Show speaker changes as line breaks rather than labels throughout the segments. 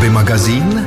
Hobby magazín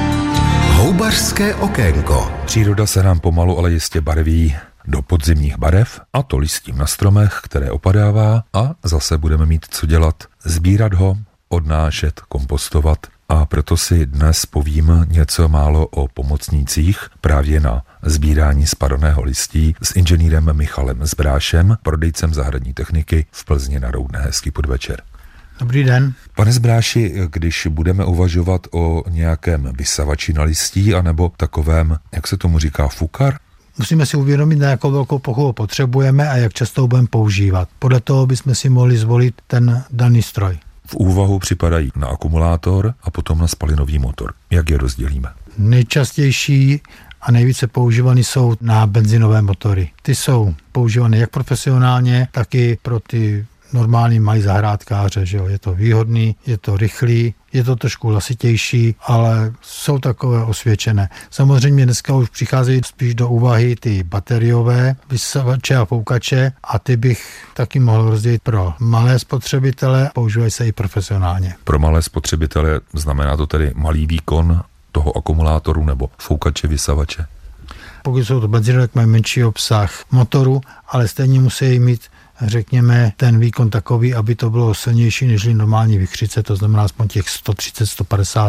Houbařské okénko.
Příroda se nám pomalu, ale jistě barví do podzimních barev, a to listím na stromech, které opadává, a zase budeme mít co dělat, sbírat ho, odnášet, kompostovat. A proto si dnes povím něco málo o pomocnících právě na sbírání spadaného listí s inženýrem Michalem Zbrášem, prodejcem zahradní techniky v Plzni na Roudné. Hezký podvečer.
Dobrý den.
Pane Zbráši, když budeme uvažovat o nějakém vysavači na listí, anebo takovém, jak se tomu říká, fukar?
Musíme si uvědomit, na jakou velkou plochu potřebujeme a jak často ho budeme používat. Podle toho bychom si mohli zvolit ten daný stroj.
V úvahu připadají na akumulátor a potom na spalinový motor. Jak je rozdělíme?
Nejčastější a nejvíce používaný jsou na benzinové motory. Ty jsou používané jak profesionálně, tak i pro ty normální mají zahrádkáře, že jo. Je to výhodný, je to rychlý, je to trošku hlasitější, ale jsou takové osvědčené. Samozřejmě dneska už přicházejí spíš do úvahy ty bateriové vysavače a foukače a ty bych taky mohl rozdělit pro malé spotřebitele, používají se i profesionálně.
Pro malé spotřebitele znamená to tedy malý výkon toho akumulátoru nebo foukače, vysavače?
Pokud jsou to benzinové, tak mají menší obsah motoru, ale stejně musí mít, řekněme, ten výkon takový, aby to bylo silnější než normální vichřice, to znamená aspoň těch 130-150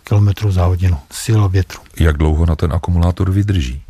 km za hodinu síla větru.
Jak dlouho na ten akumulátor vydrží?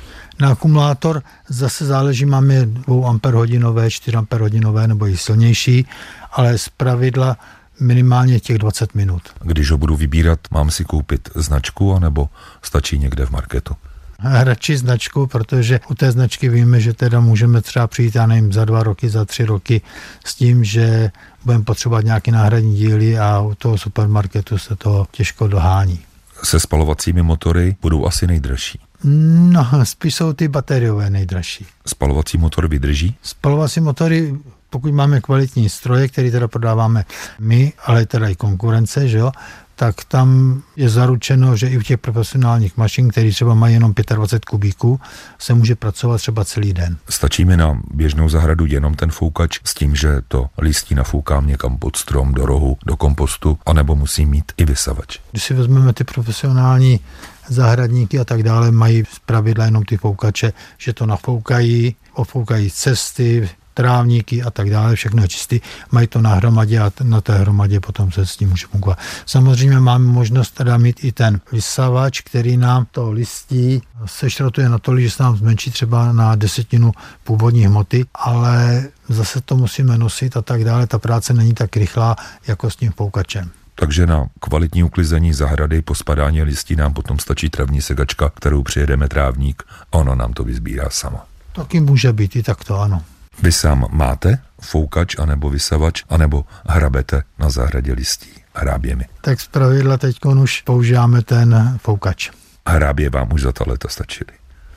Na akumulátor zase záleží, máme 2 amperhodinové, 4 amperhodinové nebo i silnější, ale zpravidla minimálně těch 20 minut. Když
ho budu vybírat, mám si koupit značku, anebo stačí někde v marketu?
Radši značku, protože u té značky víme, že teda můžeme třeba přijít, já nevím, za 2 roky, za 3 roky s tím, že budeme potřebovat nějaké náhradní díly a u toho supermarketu se to těžko dohání.
Se spalovacími motory budou asi nejdražší?
No, spíš jsou ty bateriové nejdražší.
Spalovací motor vydrží?
Spalovací motory, pokud máme kvalitní stroje, který teda prodáváme my, ale teda i konkurence, že jo, tak tam je zaručeno, že i u těch profesionálních mašin, které třeba mají jenom 25 kubíků, se může pracovat třeba celý den.
Stačí mi na běžnou zahradu jenom ten foukač s tím, že to listí nafoukám někam pod strom, do rohu, do kompostu, anebo musím mít i vysavač?
Když si vezmeme ty profesionální zahradníky a tak dále, mají zpravidla jenom ty foukače, že to nafoukají, ofoukají cesty, trávníky a tak dále, všechno je čistý, mají to na hromadě a na té hromadě potom se s tím může fungovat. Samozřejmě máme možnost teda mít i ten vysavač, který nám to listí sešrotuje natolik, že se nám zmenší třeba na 10% původní hmoty, ale zase to musíme nosit a tak dále. Ta práce není tak rychlá jako s tím foukačem.
Takže na kvalitní uklizení zahrady po spadání listí nám potom stačí travní segačka, kterou přijedeme trávník a ono nám to vyzbírá samo.
Taky může být i takto, ano.
Vy sám máte foukač anebo vysavač, anebo hrabete na zahradě listí hráběmi?
Tak zpravidla teď už používáme ten foukač.
Hrábě vám už za ta léta stačily?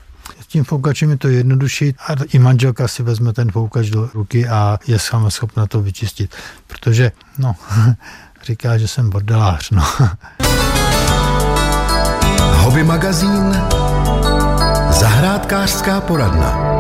S tím foukačem je to jednodušší a i manželka si vezme ten foukač do ruky a je sama schopna to vyčistit, protože, říká, že jsem bordelář,
Hobby magazín Zahrádkářská poradna.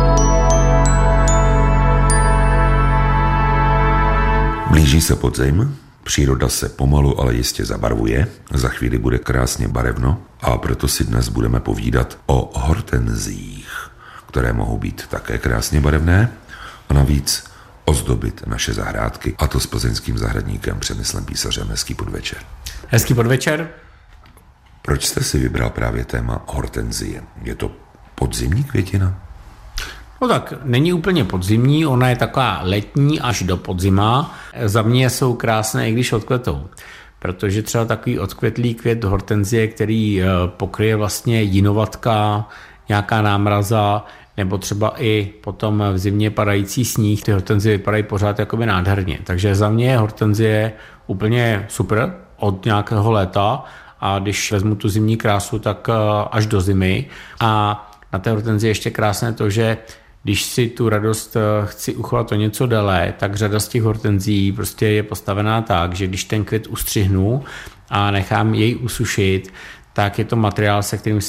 Blíží se podzim, příroda se pomalu, ale jistě zabarvuje, za chvíli bude krásně barevno a proto si dnes budeme povídat o hortenziích, které mohou být také krásně barevné a navíc ozdobit naše zahrádky, a to s plzeňským zahradníkem Přemyslem Písařem. Hezký podvečer.
Hezký podvečer.
Proč jste si vybral právě téma hortenzie? Je to podzimní květina?
No tak, není úplně podzimní, ona je taková letní až do podzima. Za mě jsou krásné, i když odkvetou. Protože třeba takový odkvetlý květ hortenzie, který pokryje vlastně jinovatka, nějaká námraza, nebo třeba i potom v zimě padající sníh, ty hortenzie vypadají pořád jakoby nádherně. Takže za mě je hortenzie úplně super od nějakého léta a když vezmu tu zimní krásu, tak až do zimy. A na té hortenzii ještě krásné to, že když si tu radost chci uchovat o něco déle, tak řada z těch hortenzí prostě je postavená tak, že když ten květ ustřihnu a nechám jej usušit, tak je to materiál, se kterým se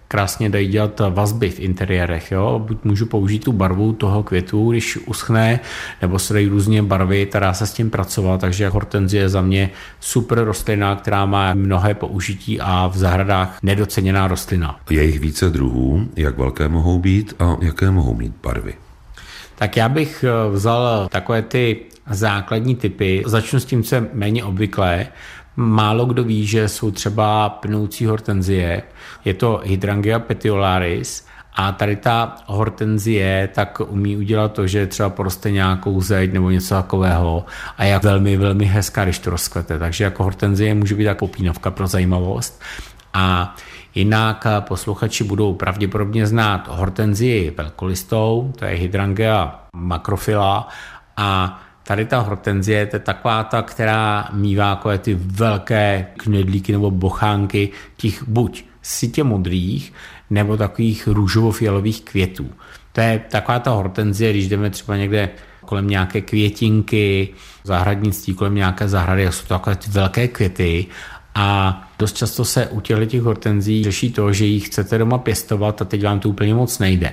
krásně dají dělat vazby v interiérech. Jo? Buď můžu použít tu barvu toho květu, když uschne, nebo se dají různě barvy, dá se s tím pracovat, takže hortenzie je za mě super rostlina, která má mnohé použití a v zahradách nedoceněná rostlina.
Je jich více druhů, jak velké mohou být a jaké mohou mít barvy?
Tak já bych vzal takové ty základní typy. Začnu s tím, co je méně obvyklé. Málo kdo ví, že jsou třeba pnoucí hortenzie. Je to Hydrangea petiolaris a tady ta hortenzie tak umí udělat to, že třeba poroste nějakou zeď nebo něco takového a je velmi, velmi hezká, když to rozkvete. Takže jako hortenzie může být tak popínovka pro zajímavost. A jinak posluchači budou pravděpodobně znát hortenzii velkolistou, to je Hydrangea macrophylla, a tady ta hortenzie, to je taková ta, která mívá takové ty velké knedlíky nebo bochánky těch buď sytě modrých nebo takových růžovo-fialových květů. To je taková ta hortenzie, když jdeme třeba někde kolem nějaké květinky, zahradnictví, kolem nějaké zahrady, jsou to takové ty velké květy. A dost často se u těch hortenzí řeší to, že ji chcete doma pěstovat a teď vám to úplně moc nejde.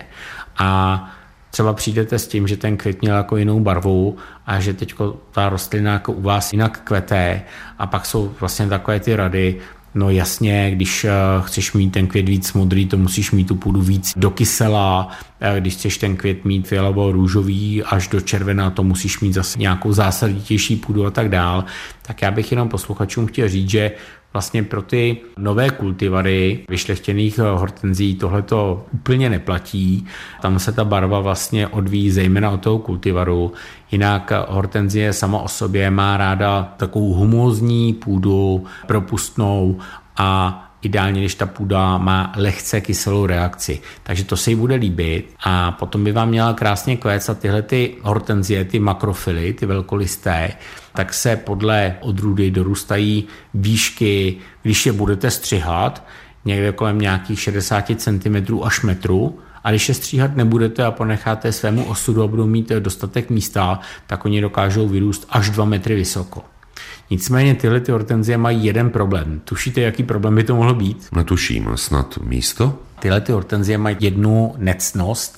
A třeba přijdete s tím, že ten květ měl jako jinou barvu a že teď ta rostlina jako u vás jinak kvete a pak jsou vlastně takové ty rady, no jasně, když chceš mít ten květ víc modrý, to musíš mít tu půdu víc do kysela, když chceš ten květ mít fialovo-růžový až do červená, to musíš mít zase nějakou zásaditější půdu a tak dál. Tak já bych jenom posluchačům chtěl říct, že vlastně pro ty nové kultivary vyšlechtěných hortenzí tohleto úplně neplatí. Tam se ta barva vlastně odvíjí zejména od toho kultivaru. Jinak hortenzie sama o sobě má ráda takovou humózní půdu, propustnou a ideálně, když ta půda má lehce kyselou reakci. Takže to se jí bude líbit a potom by vám měla krásně kvést a tyhle ty hortenzie, ty makrofily, ty velkolisté, tak se podle odrůdy dorůstají výšky, když je budete střihat, někde kolem nějakých 60 cm až metru, a když je stříhat nebudete a ponecháte svému osudu a budou mít dostatek místa, tak oni dokážou vyrůst až 2 metry vysoko. Nicméně tyhle ty hortenzie mají jeden problém. Tušíte, jaký problém by to mohlo být?
Netuším, snad místo?
Tyhle ty hortenzie mají jednu nectnost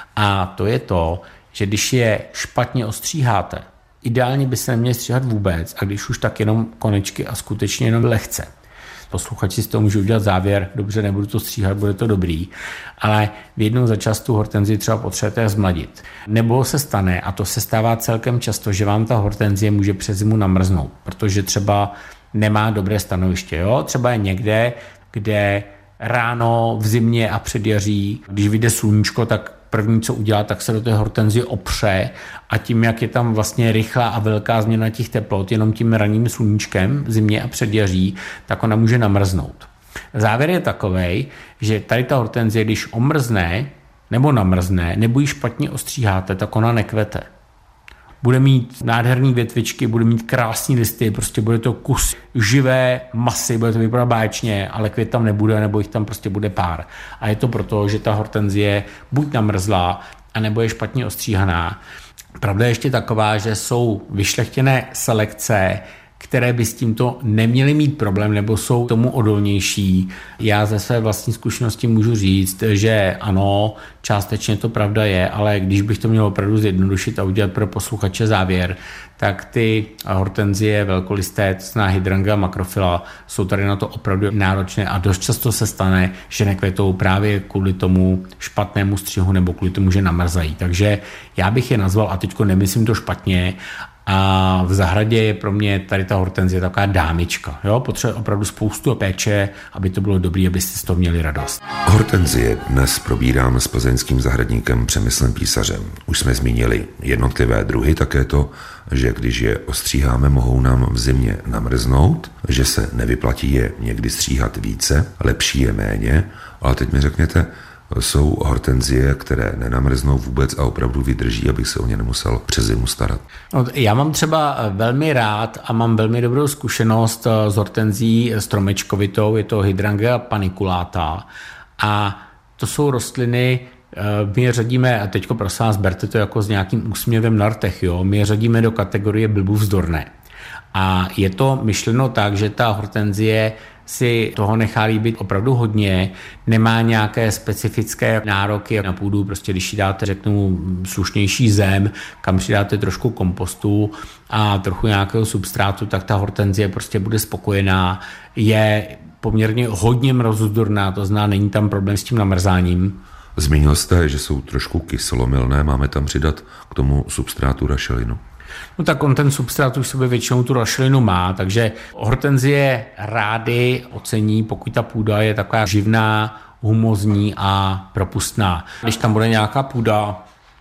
a to je to, že když je špatně ostříháte, ideálně by se neměli stříhat vůbec a když už tak jenom konečky a skutečně jenom lehce. Posluchači z toho můžou udělat závěr, dobře, nebudu to stříhat, bude to dobrý, ale v jednou za čas tu hortenzii třeba potřebujete zmladit. Nebo se stane, a to se stává celkem často, že vám ta hortenzie může přes zimu namrznout, protože třeba nemá dobré stanoviště. Jo? Třeba je někde, kde ráno v zimě a předjaří, když vyjde sluníčko, tak první, co udělá, tak se do té hortenzie opře a tím, jak je tam vlastně rychlá a velká změna těch teplot, jenom tím ranním sluníčkem v zimě a předjaří, tak ona může namrznout. Závěr je takovej, že tady ta hortenzie, když omrzne nebo namrzne, nebo ji špatně ostříháte, tak ona nekvete. Bude mít nádherný větvičky, bude mít krásný listy, prostě bude to kus živé masy, bude to vypadat báječně, ale květ tam nebude, nebo jich tam prostě bude pár. A je to proto, že ta hortenzie buď namrzlá, anebo je špatně ostříhaná. Pravda je ještě taková, že jsou vyšlechtěné selekce, které by s tímto neměly mít problém nebo jsou tomu odolnější. Já ze své vlastní zkušenosti můžu říct, že ano, částečně to pravda je, ale když bych to měl opravdu zjednodušit a udělat pro posluchače závěr, tak ty hortenzie velkolisté, to znamená Hydrangea macrophylla, jsou tady na to opravdu náročné a dost často se stane, že nekvetou právě kvůli tomu špatnému střihu nebo kvůli tomu, že namrzají. Takže já bych je nazval, a teďko nemyslím to špatně, a v zahradě je pro mě tady ta hortenzie taková dámička. Jo? Potřebuje opravdu spoustu péče, aby to bylo dobré, abyste z toho měli radost.
Hortenzie dnes probírám s plzeňským zahradníkem Přemyslem Písařem. Už jsme zmínili jednotlivé druhy, také to, že když je ostříháme, mohou nám v zimě namrznout, že se nevyplatí je někdy stříhat více, lepší je méně, ale teď mi řekněte, jsou hortenzie, které nenamrznou vůbec a opravdu vydrží, abych se o ně nemusel přes zimu starat.
Já mám třeba velmi rád a mám velmi dobrou zkušenost s hortenzí stromečkovitou, je to Hydrangea paniculata a to jsou rostliny, my je řadíme, a teďko prosím vás, berte to jako s nějakým úsměvem na rtech, jo? My je řadíme do kategorie blbůvzdorné. A je to myšleno tak, že ta hortenzie si toho nechá líbit opravdu hodně, nemá nějaké specifické nároky na půdu, prostě když jí dáte, řeknu, slušnější zem, kam přidáte trošku kompostu a trochu nějakého substrátu, tak ta hortenzie prostě bude spokojená, je poměrně hodně mrazodorná, to znamená, není tam problém s tím namrzáním.
Zmínil jste, že jsou trošku kyselomilné, máme tam přidat k tomu substrátu rašelinu.
No tak on ten substrát už sobě většinou tu rašelinu má, takže hortenzie rády ocení, pokud ta půda je taková živná, humozní a propustná. Když tam bude nějaká půda,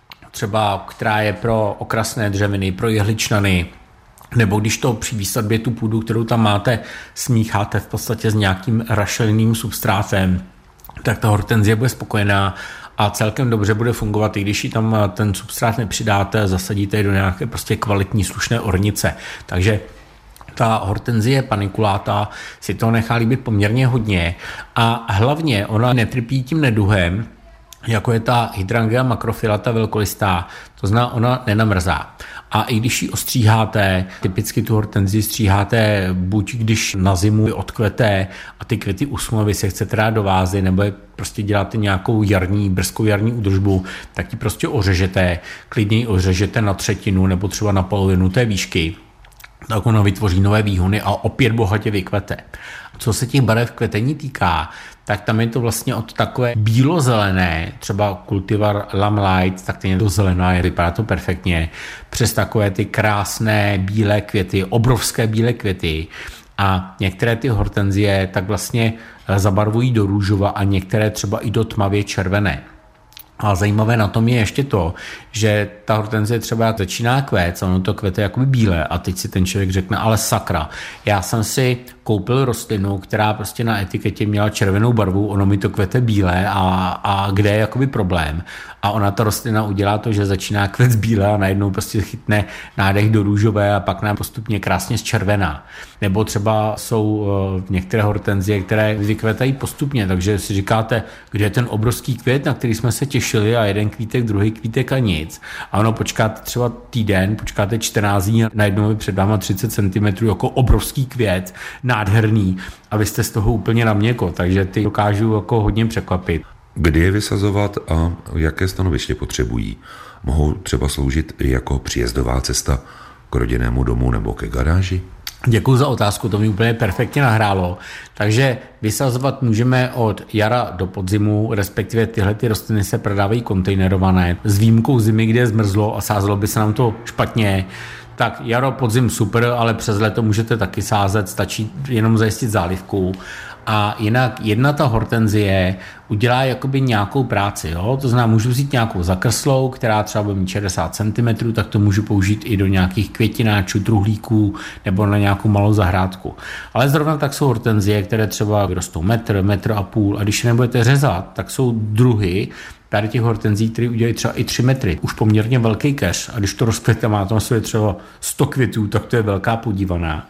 třeba která je pro okrasné dřeviny, pro jehličnany, nebo když to při výsadbě tu půdu, kterou tam máte, smícháte v podstatě s nějakým rašelinným substrátem, tak ta hortenzie bude spokojená a celkem dobře bude fungovat, i když ji tam ten substrát nepřidáte, zasadíte do nějaké prostě kvalitní slušné ornice. Takže ta hortenzie paniculata si to nechá líbit poměrně hodně a hlavně ona netrpí tím neduhem, jako je ta hydrangea macrophyllata velkolistá, to znamená, ona nenamrzá. A i když ji ostříháte, typicky tu hortenzii stříháte buď když na zimu odkvete a ty květy usnou, vy se chcete dát do vázy, nebo prostě děláte nějakou brzkou jarní údržbu, tak ji prostě ořežete, klidně ji ořežete na třetinu nebo třeba na polovinu té výšky. Tak ona vytvoří nové výhony a opět bohatě vykvete. Co se těch barev kvetení týká, tak tam je to vlastně od takové bílozelené, třeba kultivar Lam Light, tak ten je to zelená, vypadá to perfektně, přes takové ty krásné bílé květy, obrovské bílé květy a některé ty hortenzie tak vlastně zabarvují do růžova a některé třeba i do tmavě červené. A zajímavé na tom je ještě to, že ta hortenzie třeba začíná kvést, ono to kvete jakoby bílé a teď si ten člověk řekne, ale sakra, já jsem si koupil rostlinu, která prostě na etiketě měla červenou barvu, ono mi to kvete bílé a kde je jakoby problém. A ona ta rostlina udělá to, že začíná kvet bílé a najednou prostě chytne nádech do růžové a pak nám postupně krásně zčervená. Nebo třeba jsou některé hortenzie, které vykvetají postupně, takže si říkáte, kde je ten obrovský květ, na který jsme se těšili a jeden kvítek, druhý kvítek a nic. A ono počkáte třeba týden, počkáte 14 dní a najednou je před váma 30 cm jako obrovský květ, nádherný a vy jste z toho úplně na měko, takže ty dokážu jako hodně překvapit.
Kdy je vysazovat a jaké stanoviště potřebují? Mohou třeba sloužit i jako příjezdová cesta k rodinnému domu nebo ke garáži?
Děkuji za otázku, to mi úplně perfektně nahrálo. Takže vysazovat můžeme od jara do podzimu, respektive tyhle ty rostliny se prodávají kontejnerované, s výjimkou zimy, kde je zmrzlo a sázelo by se nám to špatně. Tak jaro, podzim super, ale přes léto můžete taky sázet, stačí jenom zajistit zálivku. A jinak jedna ta hortenzie udělá jakoby nějakou práci, jo? To znamená, můžu vzít nějakou zakrslou, která třeba bude mít 60 cm, tak to můžu použít i do nějakých květináčů, truhlíků nebo na nějakou malou zahrádku. Ale zrovna tak jsou hortenzie, které třeba rostou metr a půl a když je nebudete řezat, tak jsou druhy tady těch hortenzí, které udělají třeba i 3 metry. Už poměrně velký keř a když to rozkvěte, má tam své třeba 100 květů, tak to je velká podívaná.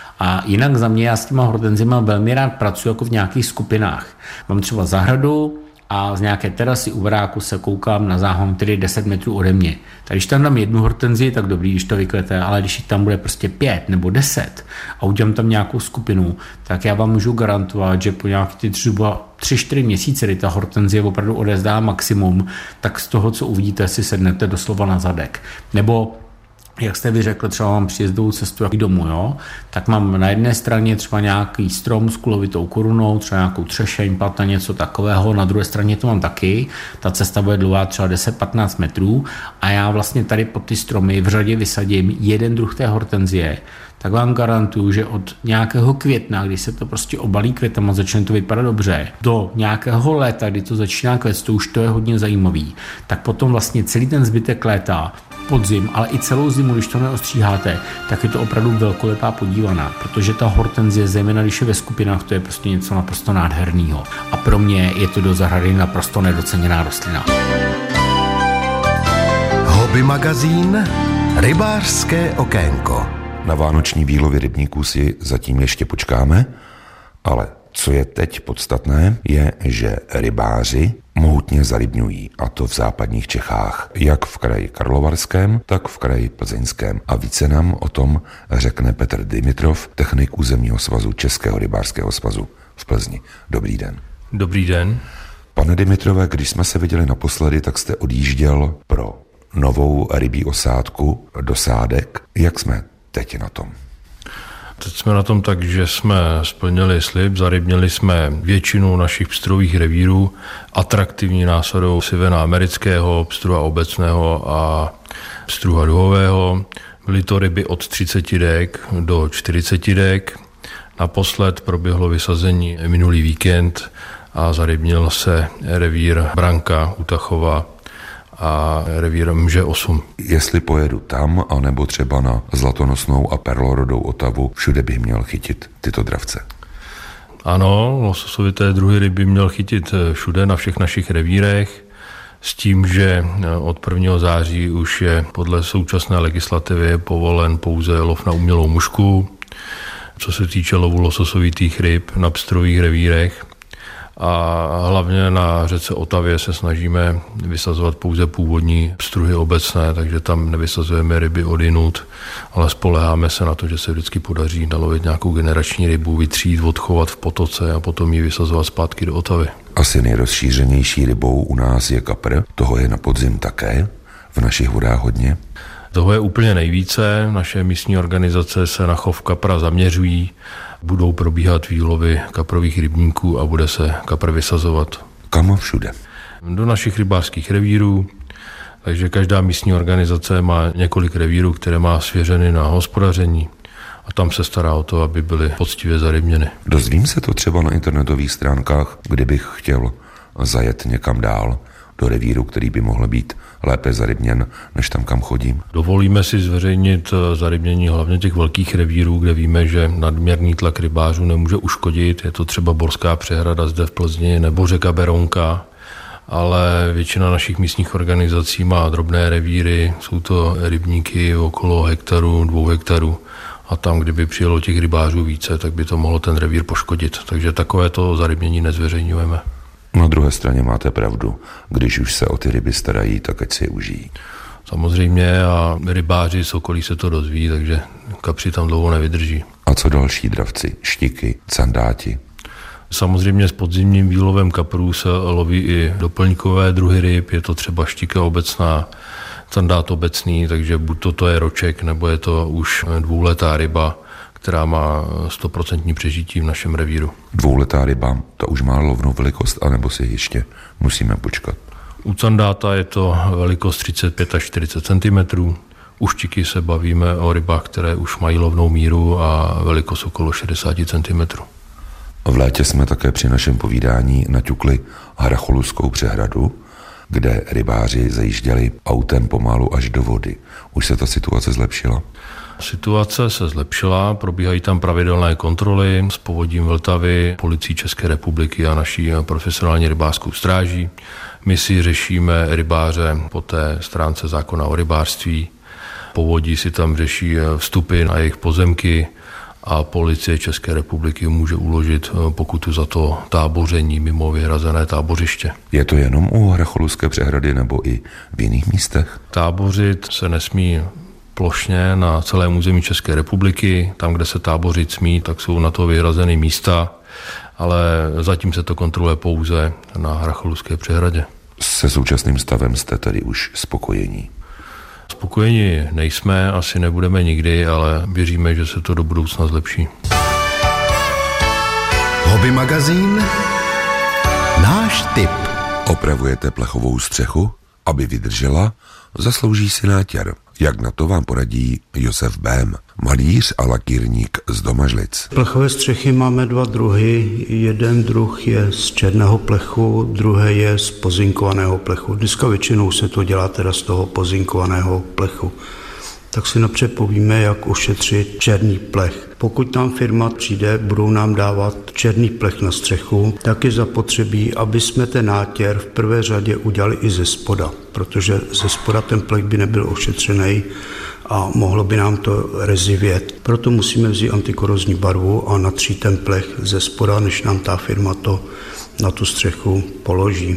A jinak za mě, já s těma hortenzima velmi rád pracuji jako v nějakých skupinách. Mám třeba zahradu a z nějaké terasy u baráku se koukám na záhon, který je 10 metrů ode mě. Tak když tam dám jednu hortenzii, tak dobrý, když to vykvete, ale když tam bude prostě 5 nebo 10 a udělám tam nějakou skupinu, tak já vám můžu garantovat, že po nějaký třeba 3-4 měsíce, kdy ta hortenzie opravdu odezdá maximum, tak z toho, co uvidíte, si sednete doslova na zadek. Nebo jak jste vy řekl, třeba mám příjezdovou cestu jak domů, jo? Tak mám na jedné straně třeba nějaký strom s kulovitou korunou, třeba nějakou třešeň, plata, něco takového, na druhé straně to mám taky, ta cesta bude dlouhá třeba 10-15 metrů a já vlastně tady pod ty stromy v řadě vysadím jeden druh té hortenzie, tak vám garantuju, že od nějakého května, kdy se to prostě obalí květama, začne to vypadat dobře, do nějakého léta, kdy to začíná kvést, to už to je hodně zajímavý, tak potom vlastně celý ten zbytek léta, podzim, ale i celou zimu, když to neostříháte, tak je to opravdu velkolepá podívaná, protože ta hortenzie, zejména když je ve skupinách, to je prostě něco naprosto nádherného. A pro mě je to do zahrady naprosto nedoceněná rostlina.
Hobby magazín Rybářské okénko.
Na vánoční výlovy rybníků si zatím ještě počkáme, ale Co je teď podstatné, je, že rybáři mohutně zarybňují, a to v západních Čechách, jak v kraji Karlovarském, tak v kraji Plzeňském. A více nám o tom řekne Petr Dimitrov, technik územního svazu Českého rybářského svazu v Plzni. Dobrý den.
Dobrý den.
Pane Dimitrove, když jsme se viděli naposledy, tak jste odjížděl pro novou rybí osádku do Sádek. Jak jsme teď na tom?
Teď jsme na tom tak, že jsme splnili slib, zarybnili jsme většinu našich pstrových revírů atraktivní násadou sivena amerického, pstruha obecného a pstruha duhového. Byly to ryby od 30 dek do 40 dek. Naposled proběhlo vysazení minulý víkend a zarybnil se revír Branka u Tachova a revír Mže 8.
Jestli pojedu tam, anebo třeba na zlatonosnou a perlorodou Otavu, všude bych měl chytit tyto dravce.
Ano, lososovité druhy ryby měl chytit všude na všech našich revírech, s tím, že od 1. září už je podle současné legislativy povolen pouze lov na umělou mušku, co se týče lovu lososovitých ryb na pstrových revírech. A hlavně na řece Otavě se snažíme vysazovat pouze původní pstruhy obecné, takže tam nevysazujeme ryby odinut, ale spoléháme se na to, že se vždycky podaří nalovit nějakou generační rybu, vytřít, odchovat v potoce a potom ji vysazovat zpátky do Otavy.
Asi nejrozšířenější rybou u nás je kapr, toho je na podzim také, v našich vodách hodně.
Toho je úplně nejvíce, naše místní organizace se na chov kapra zaměřují, budou probíhat výlovy kaprových rybníků a bude se kapr vysazovat.
Kam všude?
Do našich rybářských revírů, takže každá místní organizace má několik revírů, které má svěřeny na hospodaření a tam se stará o to, aby byly poctivě zarybněny.
Dozvím se to třeba na internetových stránkách, kdybych chtěl zajet někam dál do revíru, který by mohl být lépe zarybněn, než tam, kam chodím.
Dovolíme si zveřejnit zarybnění hlavně těch velkých revírů, kde víme, že nadměrný tlak rybářů nemůže uškodit. Je to třeba Borská přehrada zde v Plzni nebo řeka Berounka, ale většina našich místních organizací má drobné revíry, jsou to rybníky okolo hektaru, 2 hektarů. A tam, kdyby přijelo těch rybářů více, tak by to mohlo ten revír poškodit. Takže takovéto zarybnění nezveřejňujeme.
Na druhé straně máte pravdu. Když už se o ty ryby starají, tak ať si je užijí.
Samozřejmě a rybáři z okolí se to dozví, takže kapři tam dlouho nevydrží.
A co další dravci? Štiky, sandáti?
Samozřejmě s podzimním výlovem kaprů se loví i doplňkové druhy ryb, je to třeba štika obecná, sandát obecný, takže buď to je roček, nebo je to už 2letá ryba, která má 100% přežití v našem revíru.
2letá ryba, to už má lovnou velikost, anebo si ještě musíme počkat?
U sandáta je to velikost 35 až 40 cm. U štiky se bavíme o rybách, které už mají lovnou míru a velikost okolo 60 cm.
V létě jsme také při našem povídání naťukli Hracholuskou přehradu, kde rybáři zajížděli autem pomalu až do vody. Už se ta situace zlepšila?
Situace se zlepšila, probíhají tam pravidelné kontroly s povodím Vltavy, policií České republiky a naší profesionální rybářskou stráží. My si řešíme rybáře po té stránce zákona o rybářství. Povodí si tam řeší vstupy na jejich pozemky a policie České republiky může uložit pokutu za to táboření mimo vyhrazené tábořiště.
Je to jenom u Hracholuské přehrady nebo i v jiných místech?
Tábořit se nesmí plošně na celém území České republiky. Tam, kde se tábořit smí, tak jsou na to vyhrazené místa, ale zatím se to kontroluje pouze na Hracholuské přehradě.
Se současným stavem jste tedy už spokojení?
Spokojeni nejsme, asi nebudeme nikdy, ale věříme, že se to do budoucna zlepší.
Hobby magazín Náš tip.
Opravujete plechovou střechu? Aby vydržela, zaslouží si nátěr. Jak na to vám poradí Josef Bém, malíř a lakírník z Domažlic.
Plechové střechy máme 2 druhy. Jeden druh je z černého plechu, druhý je z pozinkovaného plechu. Dneska většinou se to dělá teda z toho pozinkovaného plechu. tak si napřed povíme, jak ošetřit černý plech. Pokud nám firma přijde, budou nám dávat černý plech na střechu, tak je zapotřebí, aby jsme ten nátěr v prvé řadě udělali i ze spoda, protože ze spoda ten plech by nebyl ošetřený a mohlo by nám to rezivět. Proto musíme vzít antikorozní barvu a natřít ten plech ze spoda, než nám ta firma to na tu střechu položí.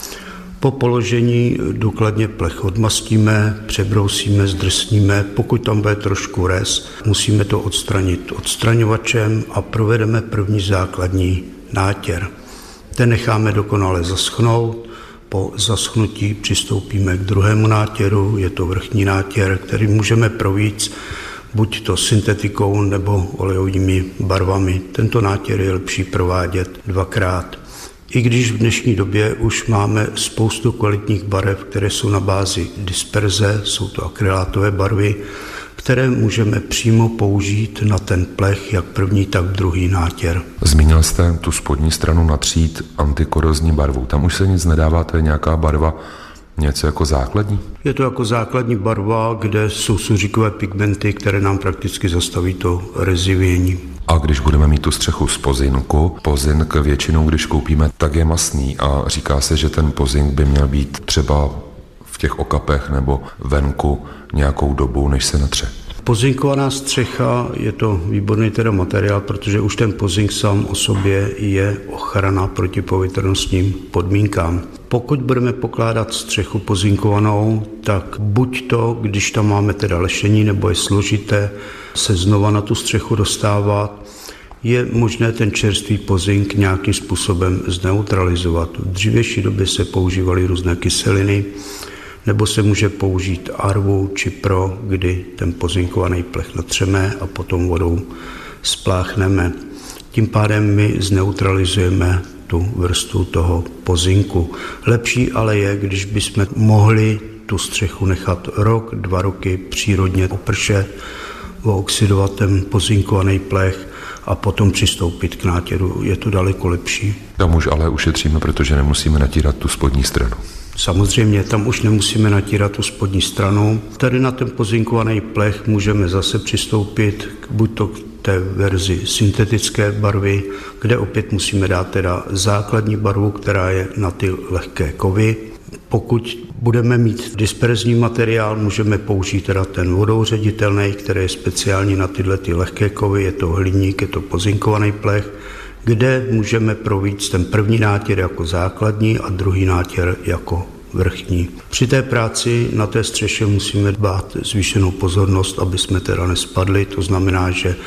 Po položení důkladně plech odmastíme, přebrousíme, zdrsníme. Pokud tam bude trošku rez, musíme to odstranit odstraňovačem a provedeme první základní nátěr. Ten necháme dokonale zaschnout. Po zaschnutí přistoupíme k druhému nátěru, je to vrchní nátěr, který můžeme provít buď to syntetikou nebo olejovými barvami. Tento nátěr je lepší provádět 2krát. I když v dnešní době už máme spoustu kvalitních barev, které jsou na bázi disperze, jsou to akrylátové barvy, které můžeme přímo použít na ten plech, jak první, tak druhý nátěr.
Zmínil jste tu spodní stranu natřít antikorozní barvou. Tam už se nic nedává, to je nějaká barva, něco jako základní?
Je to jako základní barva, kde jsou suříkové pigmenty, které nám prakticky zastaví to rezivění.
A když budeme mít tu střechu z pozinku, pozink většinou, když koupíme, tak je mastný a říká se, že ten pozink by měl být třeba v těch okapech nebo venku nějakou dobu, než se natře.
Pozinkovaná střecha je to výborný materiál, protože už ten pozink sám o sobě je ochrana proti povětrnostním podmínkám. Pokud budeme pokládat střechu pozinkovanou, tak buď to, když tam máme teda lešení nebo je složité se znova na tu střechu dostávat, je možné ten čerstvý pozink nějakým způsobem zneutralizovat. V dřívější době se používaly různé kyseliny, nebo se může použít arvu či pro, kdy ten pozinkovaný plech natřeme a potom vodou spláchneme. Tím pádem my zneutralizujeme tu vrstvu toho pozinku. Lepší ale je, když bychom mohli tu střechu nechat rok, 2 roky přírodně opršet, ooxidovat ten pozinkovaný plech a potom přistoupit k nátěru. Je to daleko lepší.
Tam už ale ušetříme, protože nemusíme natírat tu spodní stranu.
Samozřejmě, tam už nemusíme natírat tu spodní stranu. Tady na ten pozinkovaný plech můžeme zase přistoupit buď to k té verzi syntetické barvy, kde opět musíme dát teda základní barvu, která je na ty lehké kovy. Pokud budeme mít disperzní materiál, můžeme použít teda ten vodou ředitelný, který je speciální na tyhle ty lehké kovy, je to hliník, je to pozinkovaný plech, kde můžeme provést ten první nátěr jako základní a druhý nátěr jako vrchní. Při té práci na té střeše musíme dbát zvýšenou pozornost, aby jsme teda nespadli, to znamená, že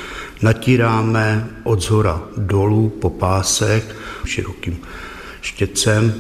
natíráme od zhora dolů po pásech širokým štětcem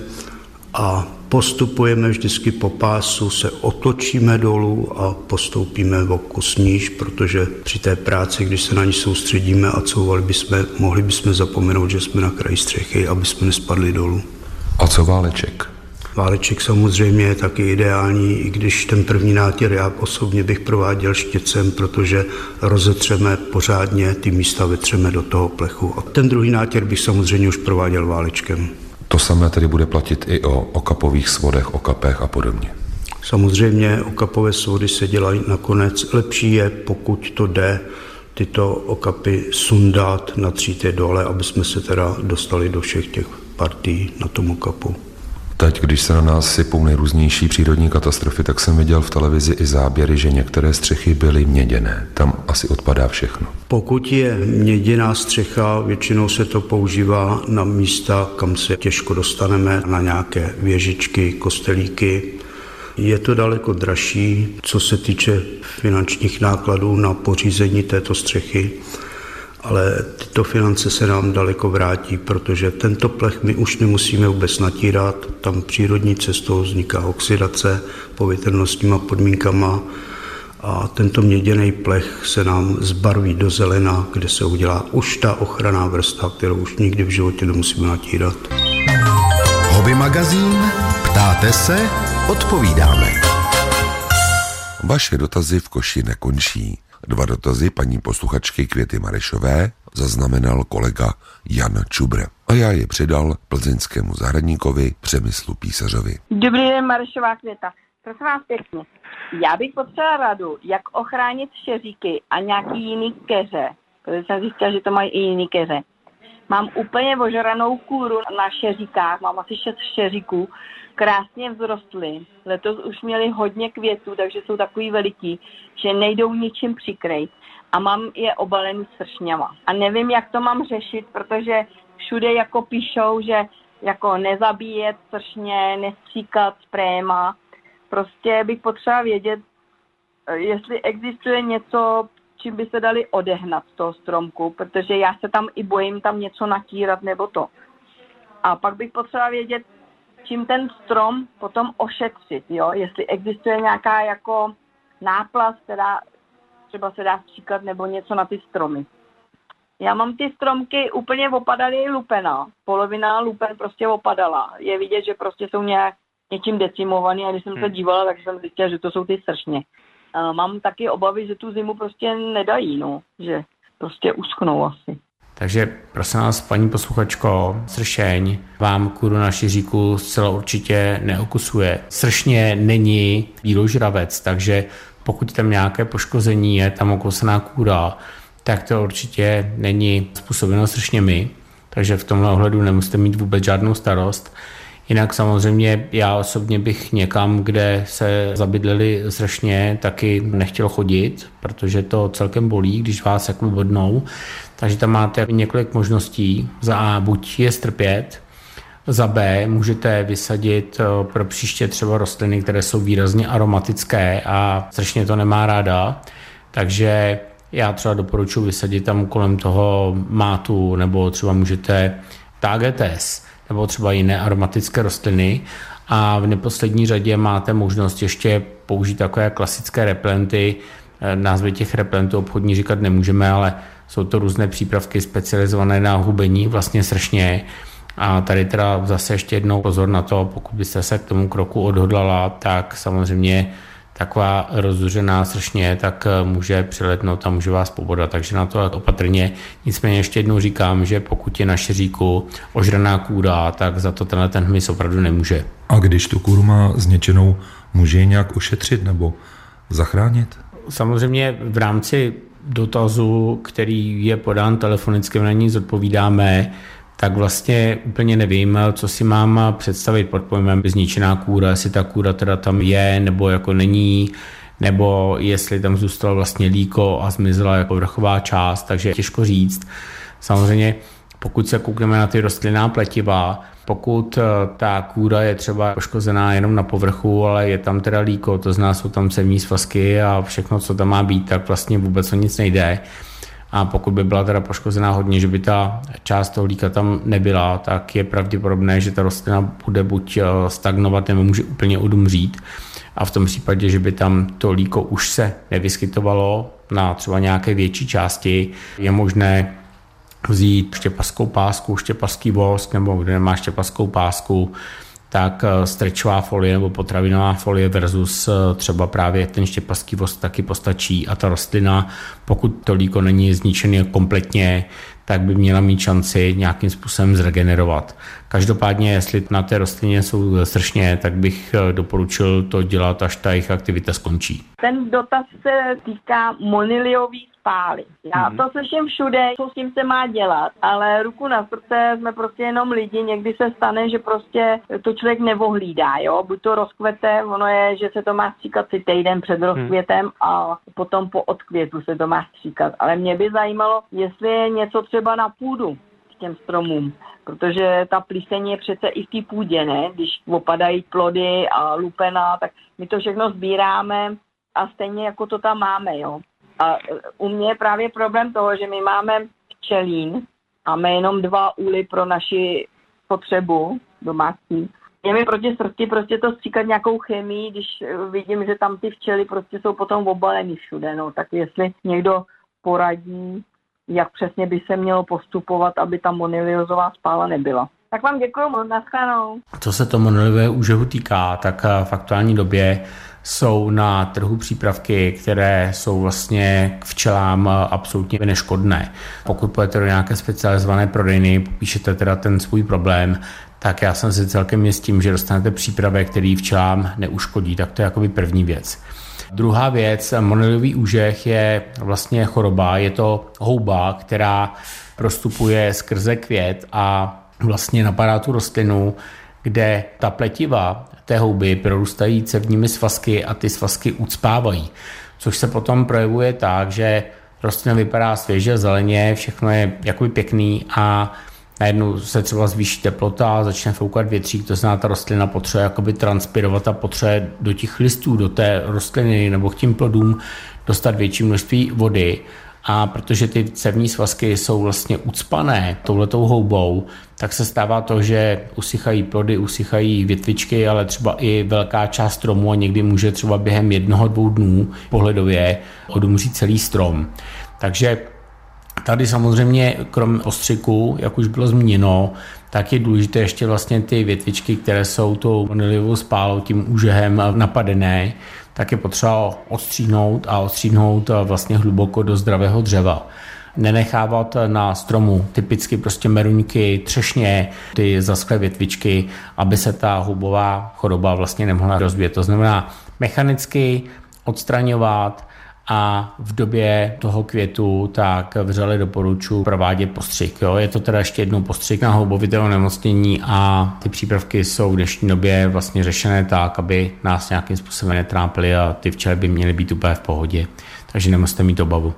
a postupujeme vždycky po pásu, se otočíme dolů a postoupíme o kus níž, protože při té práci, když se na ní soustředíme a couvali bychom, mohli bychom zapomenout, že jsme na kraji střechy, aby jsme nespadli dolů.
A co váleček?
Váleček samozřejmě je taky ideální, i když ten první nátěr já osobně bych prováděl štětcem, protože rozetřeme pořádně, ty místa vetřeme do toho plechu. A ten druhý nátěr bych samozřejmě už prováděl válečkem.
To samé tedy bude platit i o okapových svodech, okapech a podobně.
Samozřejmě okapové svody se dělají nakonec. Lepší je, pokud to jde, tyto okapy sundat, natřít je dole, aby jsme se teda dostali do všech těch partií na tom okapu.
Teď, když se na nás sypou nejrůznější přírodní katastrofy, tak jsem viděl v televizi i záběry, že některé střechy byly měděné. Tam asi odpadá všechno.
Pokud je měděná střecha, většinou se to používá na místa, kam se těžko dostaneme, na nějaké věžičky, kostelíky. Je to daleko dražší, co se týče finančních nákladů na pořízení této střechy, ale tyto finance se nám daleko vrátí, protože tento plech my už nemusíme vůbec natírat, tam přírodní cestou vzniká oxidace povětrnostníma podmínkama a tento měděný plech se nám zbarví do zelena, kde se udělá už ta ochranná vrstva, kterou už nikdy v životě nemusíme natírat.
Hobby magazín. Ptáte se? Odpovídáme.
Vaše dotazy v koši nekončí. 2 dotazy paní posluchačky Květy Marešové zaznamenal kolega Jan Čubr a já je předal plzeňskému zahradníkovi Přemyslu Písařovi.
Dobrý den, Marešová Květa. Prosím vás pěkně. Já bych potřebovala radu, jak ochránit šeříky a nějaký jiný keře, protože jsem zjistila, že to mají i jiný keře. Mám úplně ožranou kůru na šeříkách, mám asi 6 šeříků, krásně vzrostly. Letos už měli hodně květů, takže jsou takový veliký, že nejdou ničím přikrýt. A mám je obalený sršňama. A nevím, jak to mám řešit, protože všude jako píšou, že jako nezabíjet sršně, nestříkat spréma. Prostě bych potřeba vědět, jestli existuje něco, čím by se dali odehnat z toho stromku, protože já se tam i bojím tam něco natírat nebo to. A pak bych potřeba vědět, čím ten strom potom ošetřit, jo? Jestli existuje nějaká jako náplast, která třeba se dá stříkat nebo něco na ty stromy. Já mám ty stromky úplně opadaly lupena. Polovina lupen prostě opadala. Je vidět, že prostě jsou něčím decimovaný a když jsem se dívala, tak jsem zjistila, že to jsou ty sršně. Mám taky obavy, že tu zimu prostě nedají, no. Že prostě uschnou asi.
Takže prosím vás, paní posluchačko, sršeň vám kůru na šiříku zcela určitě neokusuje. Sršně není bíložravec, takže pokud tam nějaké poškození je, tam okusená kůra, tak to určitě není způsobeno sršněmi, takže v tomhle ohledu nemusíte mít vůbec žádnou starost. Jinak samozřejmě já osobně bych někam, kde se zabydleli sršně, taky nechtěl chodit, protože to celkem bolí, když vás jako bodnou. Takže tam máte několik možností. Za A, buď je strpět, za B, můžete vysadit pro příště třeba rostliny, které jsou výrazně aromatické a sršně to nemá ráda. Takže já třeba doporučuji vysadit tam kolem toho mátu, nebo třeba můžete tagetes, nebo třeba jiné aromatické rostliny. A v neposlední řadě máte možnost ještě použít takové klasické replenty. Názvy těch replentů obchodní říkat nemůžeme, ale jsou to různé přípravky specializované na hubení vlastně sršně. A tady teda zase ještě jednou pozor na to, pokud byste se k tomu kroku odhodlala, tak samozřejmě taková rozzuřená sršně tak může přiletnout a může vás pobodat, takže na to opatrně. Nicméně ještě jednou říkám, že pokud je na šiříku ožraná kůra, tak za to ten hmyz opravdu nemůže.
A když tu kůru má zničenou, může ji nějak ušetřit nebo zachránit?
Samozřejmě v rámci dotazu, který je podán telefonicky, na ní zodpovídáme, tak vlastně úplně nevím, co si mám představit pod pojmem zničená kůra, jestli ta kůra teda tam je, nebo jako není, nebo jestli tam zůstalo vlastně líko a zmizela jako vrchová část, takže těžko říct. Samozřejmě, pokud se koukneme na ty rostlinná pletiva, pokud ta kůra je třeba poškozená jenom na povrchu, ale je tam teda líko, to znamená, jsou tam cévní svazky a všechno, co tam má být, tak vlastně vůbec o nic nejde. A pokud by byla teda poškozená hodně, že by ta část toho líka tam nebyla, tak je pravděpodobné, že ta rostlina bude buď stagnovat, nebo může úplně odumřít. A v tom případě, že by tam to líko už se nevyskytovalo na třeba nějaké větší části, je možné vzít štěpaskou pásku, štěpaský vosk, nebo kde nemá štěpaskou pásku, tak strečová folie nebo potravinová folie versus třeba právě ten štěpaský vosk taky postačí a ta rostlina, pokud to líko není zničené kompletně, tak by měla mít šanci nějakým způsobem zregenerovat. Každopádně, jestli na té rostlině jsou sršně, tak bych doporučil to dělat, až ta jejich aktivita skončí.
Ten dotaz se týká moniliový spály. Já to slyším všude, co s tím se má dělat, ale ruku na srdce jsme prostě jenom lidi, někdy se stane, že prostě to člověk nevohlídá, jo, buď to rozkvete, ono je, že se to má stříkat si týden před rozkvětem a potom po odkvětu se to má stříkat, ale mě by zajímalo, jestli je něco třeba na půdu k těm stromům, protože ta plíseň je přece i v té půdě, ne, když opadají plody a lupena, tak my to všechno sbíráme a stejně jako to tam máme, jo. A u mě je právě problém toho, že my máme včelín, máme jenom 2 úly pro naši potřebu domácí. Je mi proti srsti prostě to stříkat nějakou chemii, když vidím, že tam ty včely prostě jsou potom obalený všude, no. Tak jestli někdo poradí, jak přesně by se mělo postupovat, aby ta moniliozová spála nebyla. Tak vám děkuju, naschledanou.
Co se to moniliového úžehu týká, tak v aktuální době jsou na trhu přípravky, které jsou vlastně k včelám absolutně neškodné. Pokud půjdete do nějaké specializované prodejny, popíšete teda ten svůj problém, tak já jsem si celkem jist tím, že dostanete přípravek, který včelám neuškodí, tak to je jakoby první věc. Druhá věc, moniliový úžeh je vlastně choroba, je to houba, která prostupuje skrze květ a vlastně napadá tu rostlinu, kde ta pletiva té houby prorůstají cévními svazky a ty svazky ucpávají, což se potom projevuje tak, že rostlina vypadá svěže, zeleně, všechno je jakoby pěkný a najednou se třeba zvýší teplota, začne foukat větřík, to znamená, ta rostlina potřebuje jakoby transpirovat a potřebuje do těch listů, do té rostliny nebo k tím plodům dostat větší množství vody. A protože ty cévní svazky jsou vlastně ucpané touhletou houbou, tak se stává to, že usychají plody, usychají větvičky, ale třeba i velká část stromu a někdy může třeba během 1-2 dnů pohledově odumřít celý strom. Takže tady samozřejmě krom ostřiku, jak už bylo zmíněno, tak je důležité ještě vlastně ty větvičky, které jsou tou moniliovou spálou, tím úžehem napadené, tak je potřeba odstříhnout vlastně hluboko do zdravého dřeva. Nenechávat na stromu typicky prostě meruňky, třešně, ty zaschlé větvičky, aby se ta houbová choroba vlastně nemohla rozvíjet. To znamená mechanicky odstraňovat a v době toho květu tak vřele doporučuji provádět postřik. Jo? Je to teda ještě jednou postřik na houbovité onemocnění a ty přípravky jsou v dnešní době vlastně řešené tak, aby nás nějakým způsobem netrápily a ty včely by měly být úplně v pohodě. Takže nemusíte mít obavu.